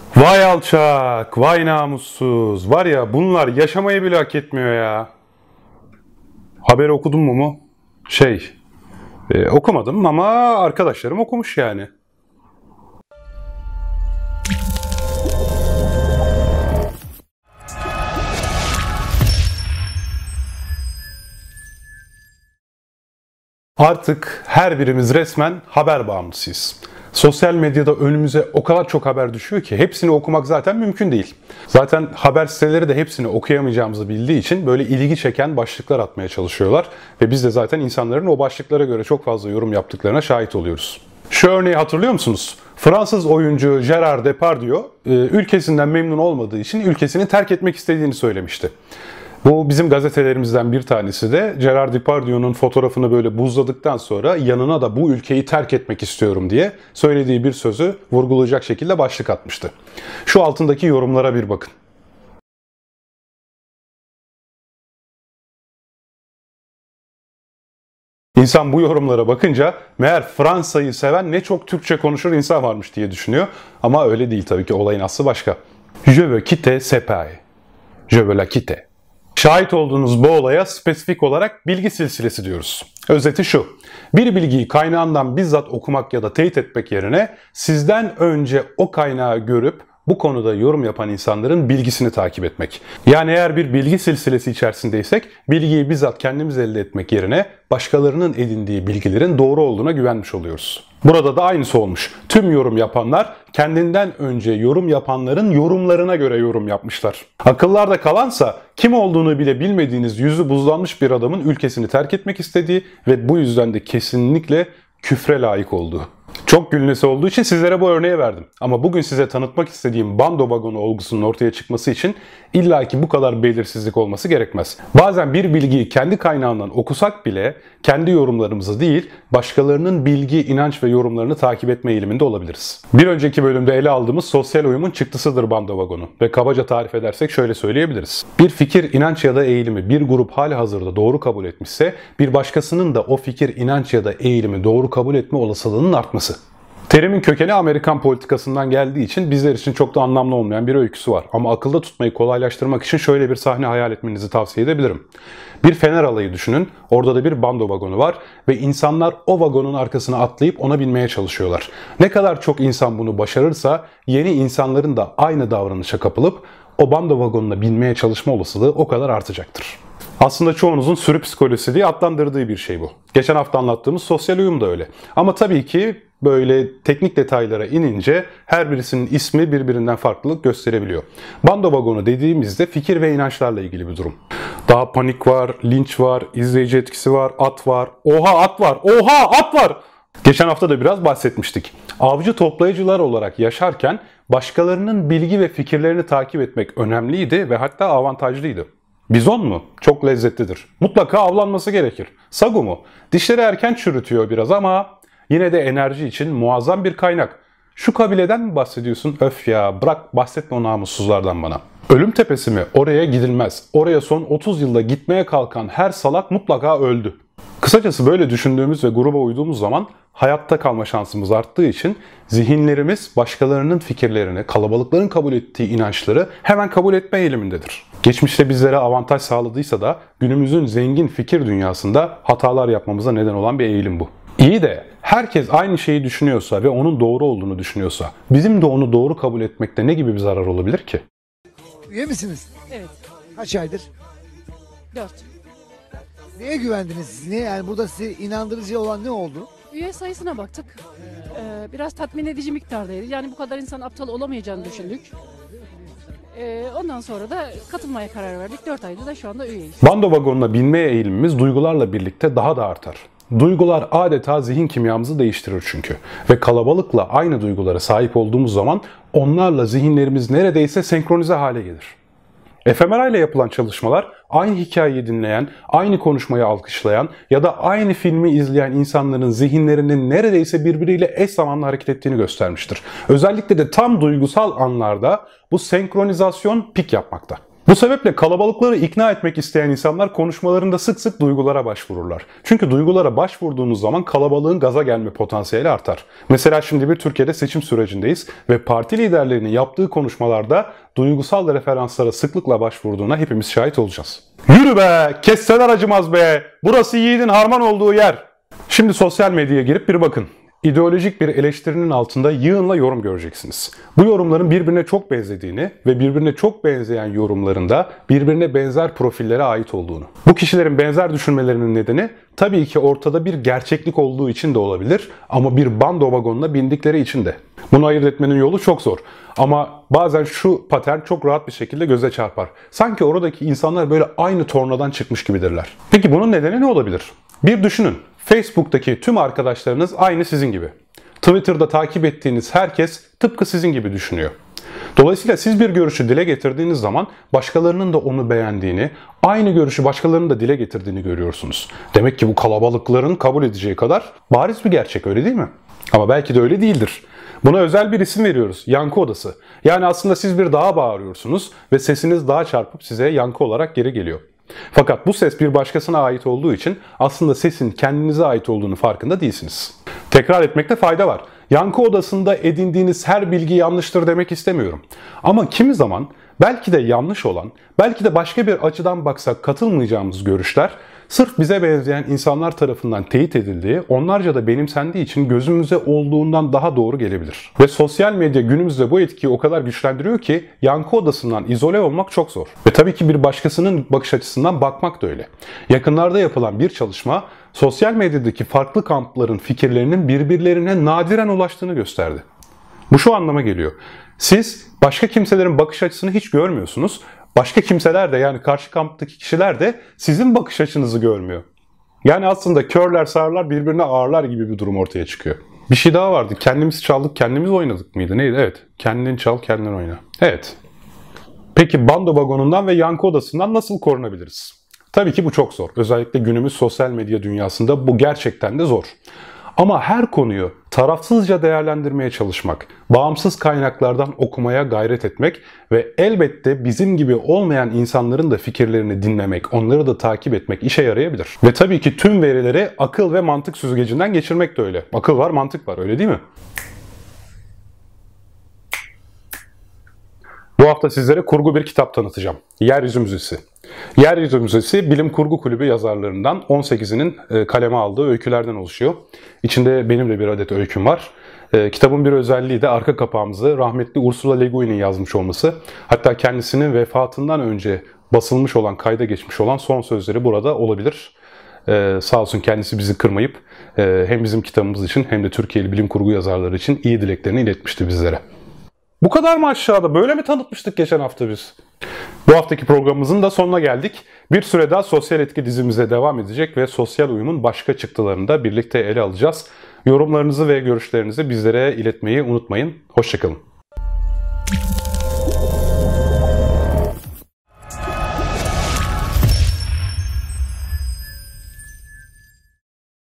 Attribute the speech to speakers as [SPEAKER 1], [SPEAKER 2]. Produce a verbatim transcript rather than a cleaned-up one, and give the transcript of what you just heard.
[SPEAKER 1] Vay alçak, vay namussuz. Var ya bunlar yaşamayı bile hak etmiyor ya. Haber okudun mu mu? Şey, e, okumadım ama arkadaşlarım okumuş yani. Artık her birimiz resmen haber bağımlısıyız. Sosyal medyada önümüze o kadar çok haber düşüyor ki hepsini okumak zaten mümkün değil. Zaten haber siteleri de hepsini okuyamayacağımızı bildiği için böyle ilgi çeken başlıklar atmaya çalışıyorlar. Ve biz de zaten insanların o başlıklara göre çok fazla yorum yaptıklarına şahit oluyoruz. Şu örneği hatırlıyor musunuz? Fransız oyuncu Gerard Depardieu ülkesinden memnun olmadığı için ülkesini terk etmek istediğini söylemişti. Bu bizim gazetelerimizden bir tanesi de Gerard Depardieu'nun fotoğrafını böyle buzladıktan sonra yanına da bu ülkeyi terk etmek istiyorum diye söylediği bir sözü vurgulayacak şekilde başlık atmıştı. Şu altındaki yorumlara bir bakın. İnsan bu yorumlara bakınca meğer Fransa'yı seven ne çok Türkçe konuşur insan varmış diye düşünüyor. Ama öyle değil tabii ki, olayın aslı başka. Je veux quitter ce pays. Je veux la quitter. Şahit olduğunuz bu olaya spesifik olarak bilgi silsilesi diyoruz. Özeti şu: bir bilgiyi kaynağından bizzat okumak ya da teyit etmek yerine sizden önce o kaynağı görüp bu konuda yorum yapan insanların bilgisini takip etmek. Yani eğer bir bilgi silsilesi içerisindeysek bilgiyi bizzat kendimiz elde etmek yerine başkalarının edindiği bilgilerin doğru olduğuna güvenmiş oluyoruz. Burada da aynısı olmuş. Tüm yorum yapanlar kendinden önce yorum yapanların yorumlarına göre yorum yapmışlar. Akıllarda kalansa kim olduğunu bile bilmediğiniz yüzü buzlanmış bir adamın ülkesini terk etmek istediği ve bu yüzden de kesinlikle küfre layık olduğu. Çok gülünesi olduğu için sizlere bu örneği verdim. Ama bugün size tanıtmak istediğim bando vagonu olgusunun ortaya çıkması için illaki bu kadar belirsizlik olması gerekmez. Bazen bir bilgiyi kendi kaynağından okusak bile kendi yorumlarımızı değil, başkalarının bilgi, inanç ve yorumlarını takip etme eğiliminde olabiliriz. Bir önceki bölümde ele aldığımız sosyal uyumun çıktısıdır bando vagonu ve kabaca tarif edersek şöyle söyleyebiliriz. Bir fikir, inanç ya da eğilimi bir grup halihazırda doğru kabul etmişse bir başkasının da o fikir, inanç ya da eğilimi doğru kabul etme olasılığının artması. Terimin kökeni Amerikan politikasından geldiği için bizler için çok da anlamlı olmayan bir öyküsü var. Ama akılda tutmayı kolaylaştırmak için şöyle bir sahne hayal etmenizi tavsiye edebilirim. Bir fener alayı düşünün, orada da bir bando vagonu var ve insanlar o vagonun arkasına atlayıp ona binmeye çalışıyorlar. Ne kadar çok insan bunu başarırsa yeni insanların da aynı davranışa kapılıp o bando vagonuna binmeye çalışma olasılığı o kadar artacaktır. Aslında çoğunuzun sürü psikolojisi diye adlandırdığı bir şey bu. Geçen hafta anlattığımız sosyal uyum da öyle. Ama tabii ki böyle teknik detaylara inince her birisinin ismi birbirinden farklılık gösterebiliyor. Bando vagonu dediğimizde fikir ve inançlarla ilgili bir durum. Daha panik var, linç var, izleyici etkisi var, at var. Oha at var, oha at var! Geçen hafta da biraz bahsetmiştik. Avcı toplayıcılar olarak yaşarken başkalarının bilgi ve fikirlerini takip etmek önemliydi ve hatta avantajlıydı. Bizon mu? Çok lezzetlidir. Mutlaka avlanması gerekir. Sagu mu? Dişleri erken çürütüyor biraz ama yine de enerji için muazzam bir kaynak. Şu kabileden mi bahsediyorsun? Öf ya, bırak bahsetme o namussuzlardan bana. Ölüm tepesi mi? Oraya gidilmez. Oraya son otuz yılda gitmeye kalkan her salak mutlaka öldü. Kısacası böyle düşündüğümüz ve gruba uyduğumuz zaman hayatta kalma şansımız arttığı için zihinlerimiz başkalarının fikirlerini, kalabalıkların kabul ettiği inançları hemen kabul etme eğilimindedir. Geçmişte bizlere avantaj sağladıysa da günümüzün zengin fikir dünyasında hatalar yapmamıza neden olan bir eğilim bu. İyi de herkes aynı şeyi düşünüyorsa ve onun doğru olduğunu düşünüyorsa bizim de onu doğru kabul etmekte ne gibi bir zarar olabilir ki?
[SPEAKER 2] Üye misiniz?
[SPEAKER 3] Evet.
[SPEAKER 2] Kaç aydır?
[SPEAKER 3] Dört.
[SPEAKER 2] Neye güvendiniz? Ne yani burada size inandırıcı olan ne oldu?
[SPEAKER 3] Üye sayısına baktık. Ee, biraz tatmin edici miktardaydı. Yani bu kadar insan aptal olamayacağını düşündük. Ee, ondan sonra da katılmaya karar verdik. Dört aydır da şu anda üyeyiz.
[SPEAKER 1] Bando vagonuna binmeye eğilimimiz duygularla birlikte daha da artar. Duygular adeta zihin kimyamızı değiştirir çünkü. Ve kalabalıkla aynı duygulara sahip olduğumuz zaman onlarla zihinlerimiz neredeyse senkronize hale gelir. FMRI ile yapılan çalışmalar aynı hikayeyi dinleyen, aynı konuşmayı alkışlayan ya da aynı filmi izleyen insanların zihinlerinin neredeyse birbiriyle eş zamanlı hareket ettiğini göstermiştir. Özellikle de tam duygusal anlarda bu senkronizasyon pik yapmakta. Bu sebeple kalabalıkları ikna etmek isteyen insanlar konuşmalarında sık sık duygulara başvururlar. Çünkü duygulara başvurduğunuz zaman kalabalığın gaza gelme potansiyeli artar. Mesela şimdi bir Türkiye'de seçim sürecindeyiz ve parti liderlerinin yaptığı konuşmalarda duygusal referanslara sıklıkla başvurduğuna hepimiz şahit olacağız. Yürü be! Kesseler acımaz be! Burası yiğidin harman olduğu yer! Şimdi sosyal medyaya girip bir bakın. İdeolojik bir eleştirinin altında yığınla yorum göreceksiniz. Bu yorumların birbirine çok benzediğini ve birbirine çok benzeyen yorumların da birbirine benzer profillere ait olduğunu. Bu kişilerin benzer düşünmelerinin nedeni tabii ki ortada bir gerçeklik olduğu için de olabilir ama bir bando vagonuna bindikleri için de. Bunu ayırt etmenin yolu çok zor. Ama bazen şu patern çok rahat bir şekilde göze çarpar. Sanki oradaki insanlar böyle aynı tornadan çıkmış gibidirler. Peki bunun nedeni ne olabilir? Bir düşünün. Facebook'taki tüm arkadaşlarınız aynı sizin gibi. Twitter'da takip ettiğiniz herkes tıpkı sizin gibi düşünüyor. Dolayısıyla siz bir görüşü dile getirdiğiniz zaman başkalarının da onu beğendiğini, aynı görüşü başkalarının da dile getirdiğini görüyorsunuz. Demek ki bu kalabalıkların kabul edeceği kadar bariz bir gerçek, öyle değil mi? Ama belki de öyle değildir. Buna özel bir isim veriyoruz. Yankı odası. Yani aslında siz bir dağa bağırıyorsunuz ve sesiniz dağa çarpıp size yankı olarak geri geliyor. Fakat bu ses bir başkasına ait olduğu için aslında sesin kendinize ait olduğunu farkında değilsiniz. Tekrar etmekte fayda var. Yankı odasında edindiğiniz her bilgi yanlıştır demek istemiyorum. Ama kimi zaman belki de yanlış olan, belki de başka bir açıdan baksak katılmayacağımız görüşler sırf bize benzeyen insanlar tarafından teyit edildiği, onlarca da benimsendiği için gözümüze olduğundan daha doğru gelebilir. Ve sosyal medya günümüzde bu etkiyi o kadar güçlendiriyor ki yankı odasından izole olmak çok zor. Ve tabii ki bir başkasının bakış açısından bakmak da öyle. Yakınlarda yapılan bir çalışma sosyal medyadaki farklı kampların fikirlerinin birbirlerine nadiren ulaştığını gösterdi. Bu şu anlama geliyor. Siz başka kimselerin bakış açısını hiç görmüyorsunuz. Başka kimseler de, yani karşı kamptaki kişiler de sizin bakış açınızı görmüyor. Yani aslında körler sağırlar birbirine ağırlar gibi bir durum ortaya çıkıyor. Bir şey daha vardı. Kendimiz çaldık, kendimiz oynadık mıydı? Neydi? Evet. Kendin çal, kendin oyna. Evet. Peki bando vagonundan ve yankı odasından nasıl korunabiliriz? Tabii ki bu çok zor. Özellikle günümüz sosyal medya dünyasında bu gerçekten de zor. Ama her konuyu tarafsızca değerlendirmeye çalışmak, bağımsız kaynaklardan okumaya gayret etmek ve elbette bizim gibi olmayan insanların da fikirlerini dinlemek, onları da takip etmek işe yarayabilir. Ve tabii ki tüm verileri akıl ve mantık süzgecinden geçirmek de öyle. Akıl var, mantık var, öyle değil mi? Bu hafta sizlere kurgu bir kitap tanıtacağım. Yeryüzü Müzesi. Yeryüzü Müzesi Bilim Kurgu Kulübü yazarlarından on sekizinin kaleme aldığı öykülerden oluşuyor. İçinde benim de bir adet öyküm var. Kitabın bir özelliği de arka kapağımızı rahmetli Ursula Le Guin'in yazmış olması. Hatta kendisinin vefatından önce basılmış olan, kayda geçmiş olan son sözleri burada olabilir. Ee, sağ olsun kendisi bizi kırmayıp e, hem bizim kitabımız için hem de Türkiye'li bilim kurgu yazarları için iyi dileklerini iletmişti bizlere. Bu kadar mı aşağıda? Böyle mi tanıtmıştık geçen hafta biz? Bu haftaki programımızın da sonuna geldik. Bir süre daha sosyal etki dizimize devam edecek ve sosyal uyumun başka çıktılarını da birlikte ele alacağız. Yorumlarınızı ve görüşlerinizi bizlere iletmeyi unutmayın. Hoşça kalın.